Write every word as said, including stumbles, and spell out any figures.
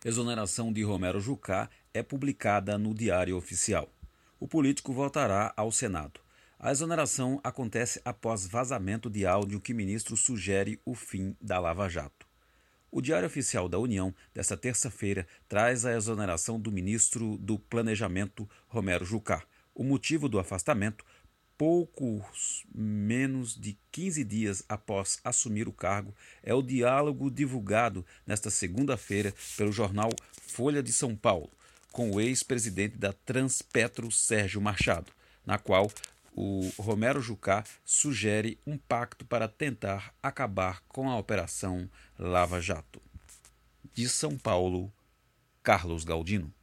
Exoneração de Romero Jucá é publicada no Diário Oficial. O político voltará ao Senado. A exoneração acontece após vazamento de áudio que ministro sugere o fim da Lava Jato. O Diário Oficial da União, desta terça-feira, traz a exoneração do ministro do Planejamento, Romero Jucá. O motivo do afastamento, poucos menos de quinze dias após assumir o cargo, é o diálogo divulgado nesta segunda-feira pelo jornal Folha de São Paulo, com o ex-presidente da Transpetro, Sérgio Machado, na qual o Romero Jucá sugere um pacto para tentar acabar com a Operação Lava Jato. De São Paulo, Carlos Galdino.